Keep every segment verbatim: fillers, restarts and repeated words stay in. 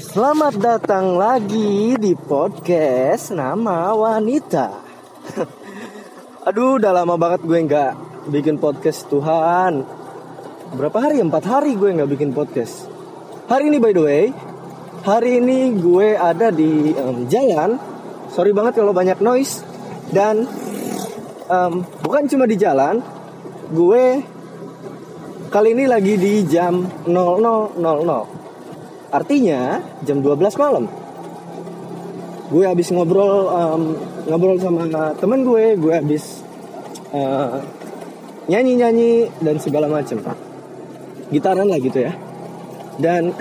Selamat datang lagi di podcast Nama Wanita. Aduh, udah lama banget gue gak bikin podcast, Tuhan. Berapa hari? Empat hari gue gak bikin podcast. Hari ini by the way, hari ini gue ada di um, jalan. Sorry banget kalau banyak noise. Dan um, bukan cuma di jalan, gue kali ini lagi di jam nol nol nol nol. Artinya jam dua belas malam. Gue habis ngobrol um, ngobrol sama temen gue, gue habis uh, nyanyi-nyanyi dan segala macam. Gitaran lah gitu ya. Dan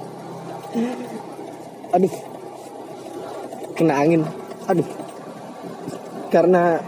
aduh, kena angin. Aduh. Karena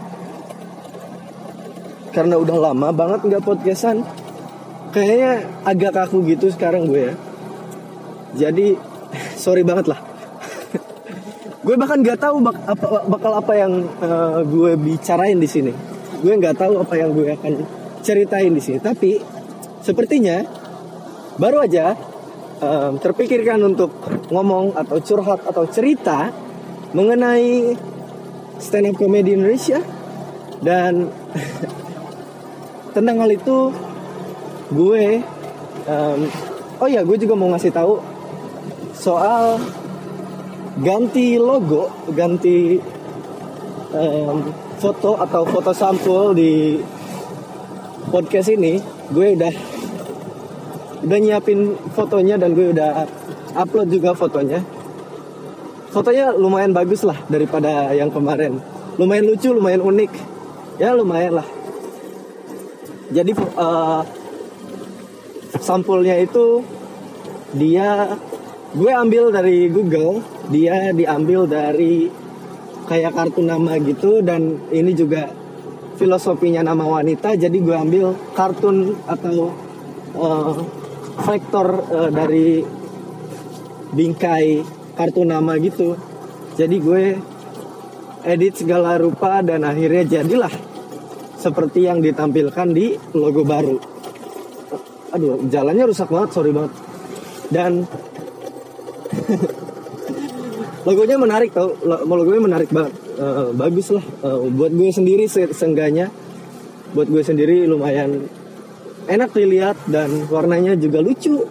karena udah lama banget nggak podcastan. Kayaknya agak kaku gitu sekarang gue ya. Jadi sorry banget lah. Gue bahkan nggak tahu bak, apa, bakal apa yang uh, gue bicarain di sini. Gue nggak tahu apa yang gue akan ceritain di sini. Tapi sepertinya baru aja um, terpikirkan untuk ngomong atau curhat atau cerita mengenai stand up comedy Indonesia. Dan tentang hal itu gue um, oh ya, gue juga mau ngasih tahu soal ganti logo, ganti um, foto atau foto sampul di podcast ini. Gue udah udah nyiapin fotonya dan gue udah upload juga fotonya. Fotonya lumayan bagus lah daripada yang kemarin. Lumayan lucu, lumayan unik. Ya lumayan lah. Jadi uh, sampulnya itu dia gue ambil dari Google, dia diambil dari kayak kartu nama gitu, dan ini juga filosofinya Nama Wanita. Jadi gue ambil kartun atau uh, vektor uh, dari bingkai kartu nama gitu. Jadi gue edit segala rupa dan akhirnya jadilah seperti yang ditampilkan di logo baru. Aduh, jalannya rusak banget, sorry banget. Dan logonya menarik tau, logonya menarik banget, uh, bagus lah. Uh, buat gue sendiri se- seenggaknya, buat gue sendiri lumayan enak dilihat dan warnanya juga lucu.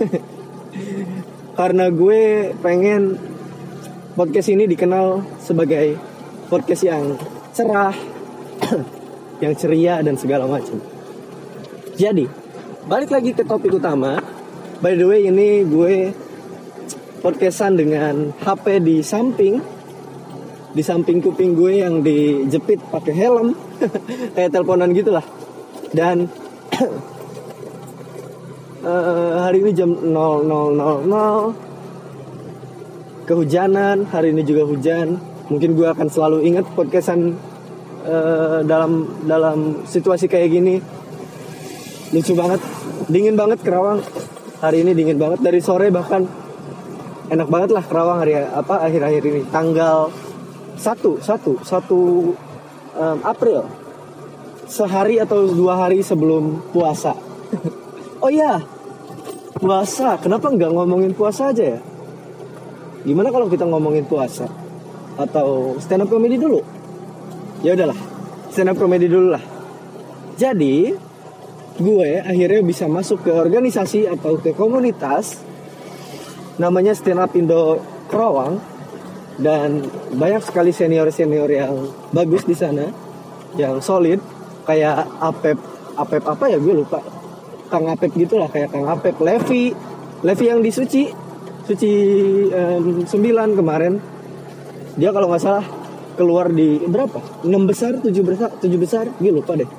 Karena gue pengen podcast ini dikenal sebagai podcast yang cerah, yang ceria dan segala macam. Jadi balik lagi ke topik utama. By the way, ini gue podcastan dengan H P di samping, di samping kuping gue yang dijepit pakai helm, kayak teleponan gitulah. Dan uh, hari ini jam nol nol nol nol, kehujanan. Hari ini juga hujan. Mungkin gue akan selalu ingat podcastan uh, dalam dalam situasi kayak gini. Lucu banget, dingin banget Kerawang. Hari ini dingin banget, dari sore bahkan enak banget lah Kerawang hari apa akhir-akhir ini. Tanggal satu um, April. Sehari atau dua hari sebelum puasa. Oh iya, puasa. Kenapa nggak ngomongin puasa aja ya? Gimana kalau kita ngomongin puasa? Atau stand up comedy dulu? Ya udahlah, stand up comedy dulu lah. Jadi gue akhirnya bisa masuk ke organisasi atau ke komunitas namanya Stand Up Indo Kerawang, dan banyak sekali senior-senior yang bagus di sana, yang solid, kayak Apep, Apep apa ya gue lupa, Kang Apep gitulah, kayak Kang Apep, Levi, Levi yang di Suci, Suci um, sembilan kemarin, dia kalau nggak salah keluar di berapa? enam besar, tujuh besar, tujuh besar, gue lupa deh.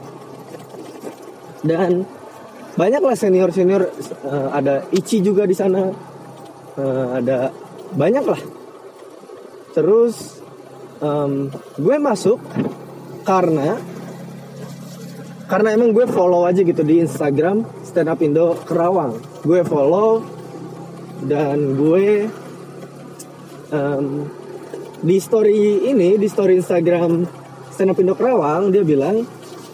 Dan banyaklah senior-senior, uh, ada Ichi juga di sana, uh, ada banyak lah. Terus um, gue masuk karena karena emang gue follow aja gitu di Instagram Stand Up Indo Kerawang. Gue follow dan gue um, di story ini, di story Instagram Stand Up Indo Kerawang, dia bilang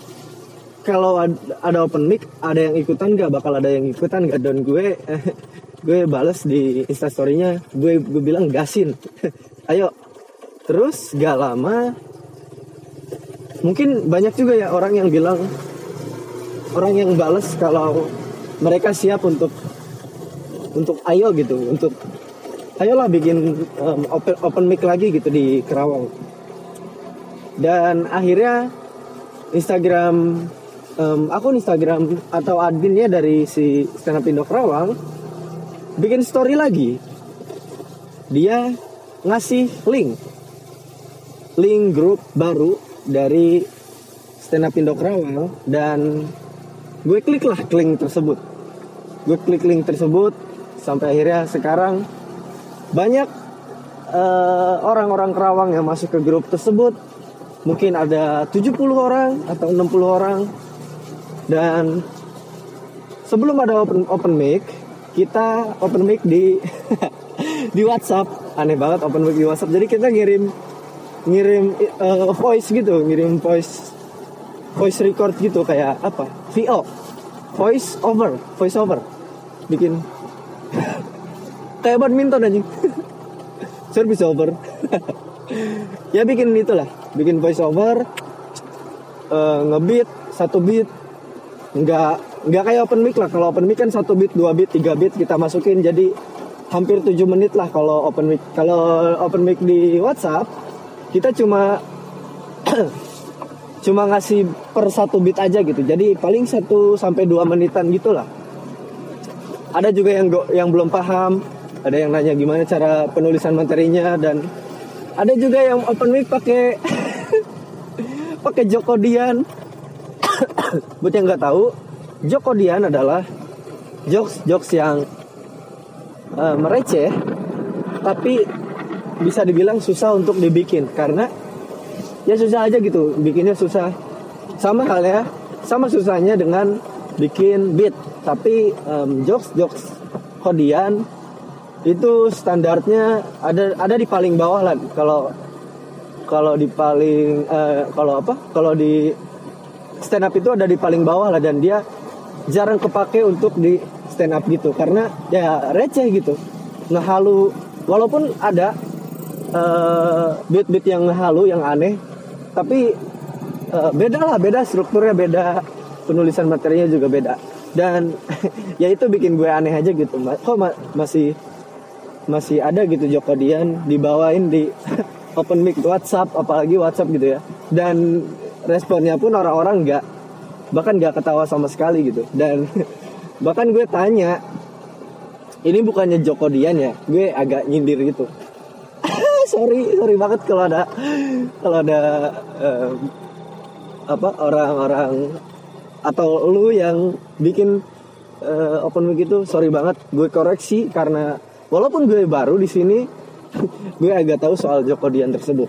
kalau ada open mic, ada yang ikutan gak? Bakal ada yang ikutan gak? Dan gue gue bales di instastorynya, gue gue bilang gasin. Ayo. Terus gak lama, mungkin banyak juga ya orang yang bilang, orang yang bales kalau mereka siap untuk untuk ayo gitu, untuk ayolah bikin um, open open mic lagi gitu di Kerawang. Dan akhirnya Instagram um, akun Instagram atau adminnya dari si Stand Up Indo Kerawang bikin story lagi. Dia ngasih link link grup baru dari Stand Up Indo Kerawang, dan gue klik lah link tersebut. Gue klik link tersebut sampai akhirnya sekarang banyak uh, orang-orang Kerawang yang masuk ke grup tersebut. Mungkin ada tujuh puluh orang atau enam puluh orang. Dan sebelum ada open open mic, kita open mic di di WhatsApp. Aneh banget open mic di WhatsApp. Jadi kita ngirim ngirim uh, voice gitu, ngirim voice voice record gitu, kayak apa? V O. Voice over, voice over. Bikin kayak badminton anjing. Service over. Ya bikin itulah, bikin voice over, uh, ngebeat satu beat, nggak nggak kayak open mic lah. Kalau open mic kan satu beat, dua beat, tiga beat kita masukin, jadi hampir tujuh menit lah kalau open mic. Kalau open mic di WhatsApp kita cuma cuma ngasih per satu beat aja gitu, jadi paling satu sampai dua menitan gitulah. Ada juga yang go, yang belum paham, ada yang nanya gimana cara penulisan materinya, dan ada juga yang open mic pakai pakai Jokodian. Buat yang nggak tahu, Jokodian adalah jokes-jokes yang uh, mereceh, tapi bisa dibilang susah untuk dibikin karena ya susah aja gitu, bikinnya susah. Sama halnya, sama susahnya dengan bikin beat. Tapi um, jokes-jokes Kodian itu standarnya ada ada di paling bawah lah. Kalau kalau di paling uh, kalau apa? Kalau di stand up itu ada di paling bawah lah, dan dia jarang kepake untuk di stand up gitu karena ya receh gitu. Ngehalu, walaupun ada uh, beat-beat yang ngehalu, yang aneh, tapi uh, beda lah, beda strukturnya, beda penulisan materinya juga beda. Dan ya itu bikin gue aneh aja gitu. Kok ma- masih masih ada gitu Jokodian dibawain di open mic WhatsApp, apalagi WhatsApp gitu ya. Dan responnya pun orang-orang nggak, bahkan nggak ketawa sama sekali gitu. Dan bahkan gue tanya, ini bukannya Jokodian ya? Gue agak nyindir gitu. sorry sorry banget kalau ada kalau ada um, apa orang-orang atau lu yang bikin uh, open mic itu, sorry banget, gue koreksi karena walaupun gue baru di sini, gue agak tahu soal Jokodian tersebut.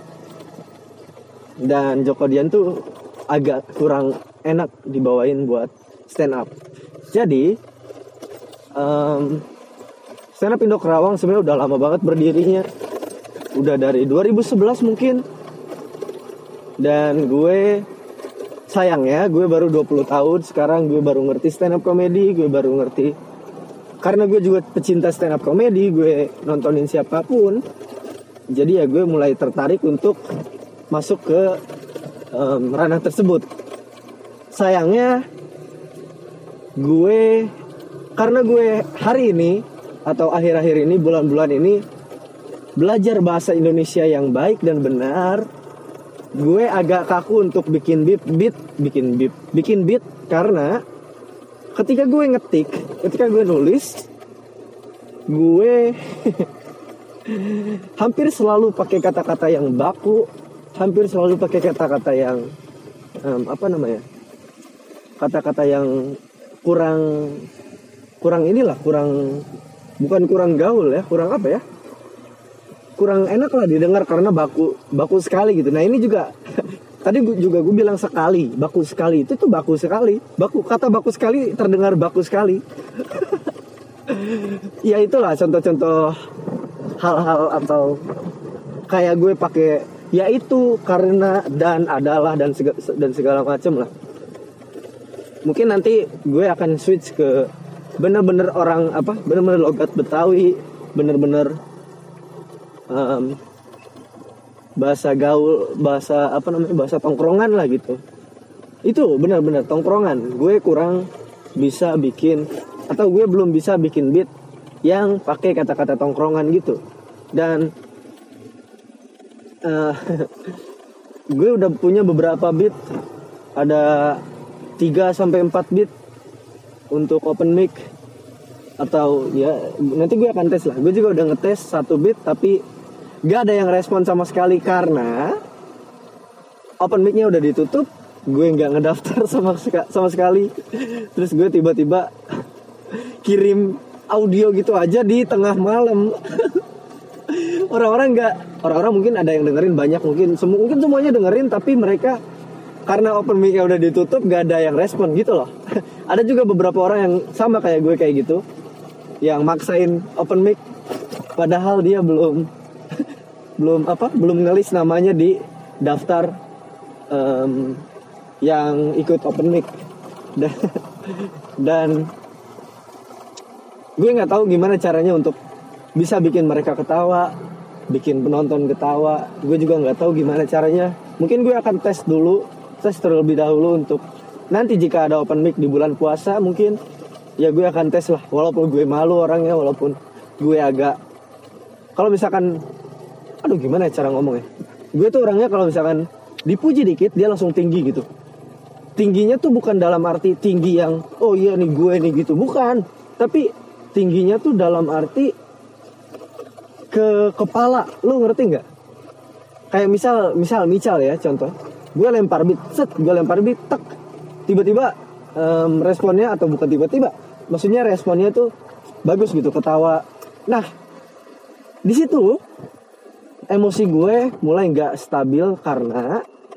Dan Jokodian tuh agak kurang enak dibawain buat stand up. Jadi um, stand up Indo Kerawang sebenarnya udah lama banget berdirinya. Udah dari dua ribu sebelas mungkin. Dan gue, sayangnya gue baru dua puluh tahun sekarang, gue baru ngerti stand up comedy, gue baru ngerti. Karena gue juga pecinta stand up comedy, gue nontonin siapapun. Jadi ya gue mulai tertarik untuk masuk ke um, ranah tersebut. Sayangnya gue, karena gue hari ini atau akhir-akhir ini, bulan-bulan ini belajar bahasa Indonesia yang baik dan benar, gue agak kaku untuk bikin beat, beat, bikin beat, bikin beat karena ketika gue ngetik, ketika gue nulis, gue hampir selalu pakai kata-kata yang baku, hampir selalu pakai kata-kata yang um, apa namanya, kata-kata yang kurang, kurang inilah, kurang, bukan kurang gaul ya, kurang apa ya? Kurang enak lah didengar karena baku baku sekali gitu. Nah ini juga tadi gue juga gue bilang sekali, baku sekali, itu tuh baku sekali, baku, kata baku sekali terdengar baku sekali. Ya itulah contoh-contoh hal-hal atau kayak gue pakai ya itu, karena, dan, adalah, dan segala, dan segala macam lah. Mungkin nanti gue akan switch ke bener-bener orang apa bener-bener logat Betawi, bener-bener um, bahasa gaul, bahasa apa namanya bahasa tongkrongan lah gitu. Itu bener-bener tongkrongan. Gue kurang bisa bikin, atau gue belum bisa bikin beat yang pakai kata-kata tongkrongan gitu. Dan uh, gue udah punya beberapa beat, ada tiga sampai empat beat untuk open mic, atau ya nanti gue akan tes lah. Gue juga udah ngetes satu beat tapi gak ada yang respon sama sekali karena open mic-nya udah ditutup. Gue nggak ngedaftar sama sama sekali. Terus gue tiba-tiba kirim audio gitu aja di tengah malam. Orang-orang nggak, orang-orang mungkin ada yang dengerin banyak, mungkin semu, mungkin semuanya dengerin, tapi mereka karena open mic-nya udah ditutup gak ada yang respon gitu loh. Ada juga beberapa orang yang sama kayak gue kayak gitu, yang maksain open mic padahal dia belum belum apa belum ngelis namanya di daftar um, yang ikut open mic. Dan, dan gue nggak tahu gimana caranya untuk bisa bikin mereka ketawa, bikin penonton ketawa. Gue juga nggak tahu gimana caranya. Mungkin gue akan tes dulu, tes terlebih dahulu untuk nanti jika ada open mic di bulan puasa mungkin ya gue akan tes lah. Walaupun gue malu orangnya, walaupun gue agak, kalau misalkan, aduh gimana cara ngomongnya? Gue tuh orangnya kalau misalkan dipuji dikit dia langsung tinggi gitu. Tingginya tuh bukan dalam arti tinggi yang oh iya nih gue nih gitu, bukan. Tapi tingginya tuh dalam arti ke kepala. Lu ngerti nggak? Kayak misal misal misal ya contoh, gue lempar beat, set, gue lempar beat, tek, tiba-tiba um, responnya, atau bukan tiba-tiba, maksudnya responnya tuh bagus gitu, ketawa. Nah di situ emosi gue mulai nggak stabil karena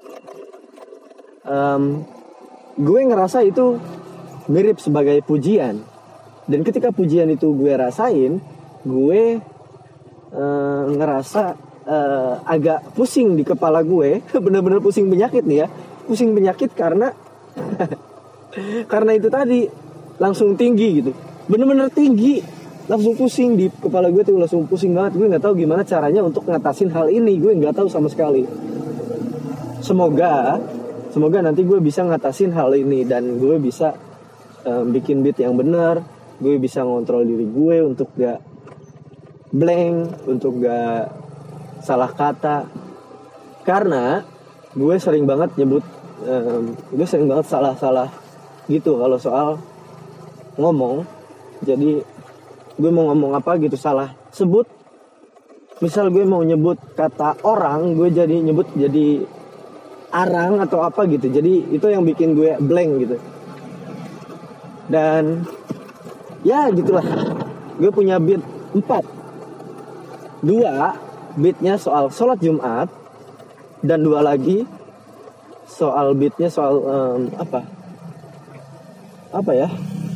um, gue ngerasa itu mirip sebagai pujian. Dan ketika pujian itu gue rasain, gue uh, ngerasa uh, agak pusing di kepala gue. Bener-bener pusing penyakit nih ya. Pusing penyakit karena karena itu tadi langsung tinggi gitu. Bener-bener tinggi, langsung pusing di kepala gue tuh, langsung pusing banget. Gue nggak tahu gimana caranya untuk ngatasin hal ini. Gue nggak tahu sama sekali. Semoga Semoga nanti gue bisa ngatasin hal ini dan gue bisa um, bikin beat yang benar. Gue bisa ngontrol diri gue untuk gak blank, untuk gak salah kata. Karena gue sering banget nyebut, um, gue sering banget salah-salah gitu kalau soal ngomong. Jadi gue mau ngomong apa gitu salah sebut. Misal gue mau nyebut kata orang, gue jadi nyebut jadi arang atau apa gitu. Jadi itu yang bikin gue blank gitu. Dan ya gitulah. Gue punya beat empat. Dua beatnya soal sholat Jumat, dan dua lagi soal beatnya soal um, apa? Apa ya?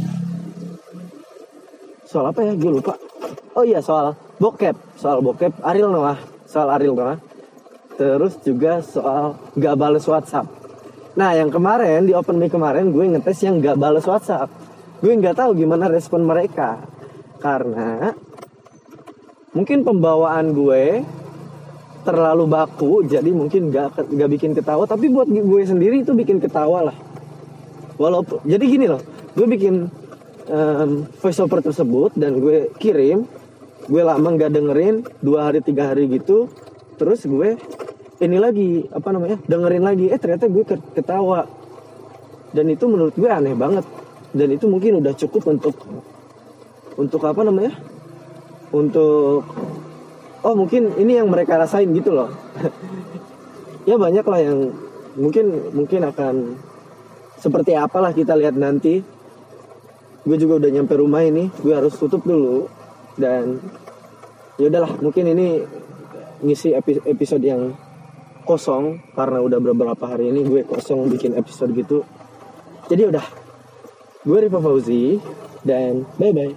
Soal apa ya? Gue lupa. Oh iya, soal bokep, soal bokep Ariel Noah, soal Ariel Noah. Terus juga soal gak bales WhatsApp. Nah yang kemarin di open mic kemarin gue ngetes yang gak bales WhatsApp. Gue nggak tahu gimana respon mereka karena mungkin pembawaan gue terlalu baku, jadi mungkin gak gak bikin ketawa. Tapi buat gue sendiri itu bikin ketawa lah. Walaupun jadi gini loh, gue bikin um, voice over tersebut dan gue kirim. Gue lama nggak dengerin, dua hari tiga hari gitu. Terus gue ini lagi apa namanya dengerin lagi, eh ternyata gue ketawa. Dan itu menurut gue aneh banget. Dan itu mungkin udah cukup untuk untuk apa namanya untuk oh mungkin ini yang mereka rasain gitu loh. Ya banyak lah yang mungkin mungkin akan seperti apalah, kita lihat nanti. Gue juga udah nyampe rumah ini, gue harus tutup dulu. Dan ya udahlah, mungkin ini ngisi episode yang kosong karena udah beberapa hari ini gue kosong bikin episode gitu. Jadi udah, gue Rifa Fauzi dan bye bye.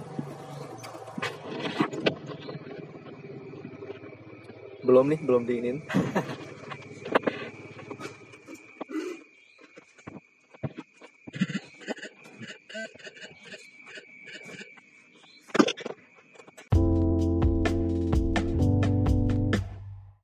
Belum nih, belum diinin.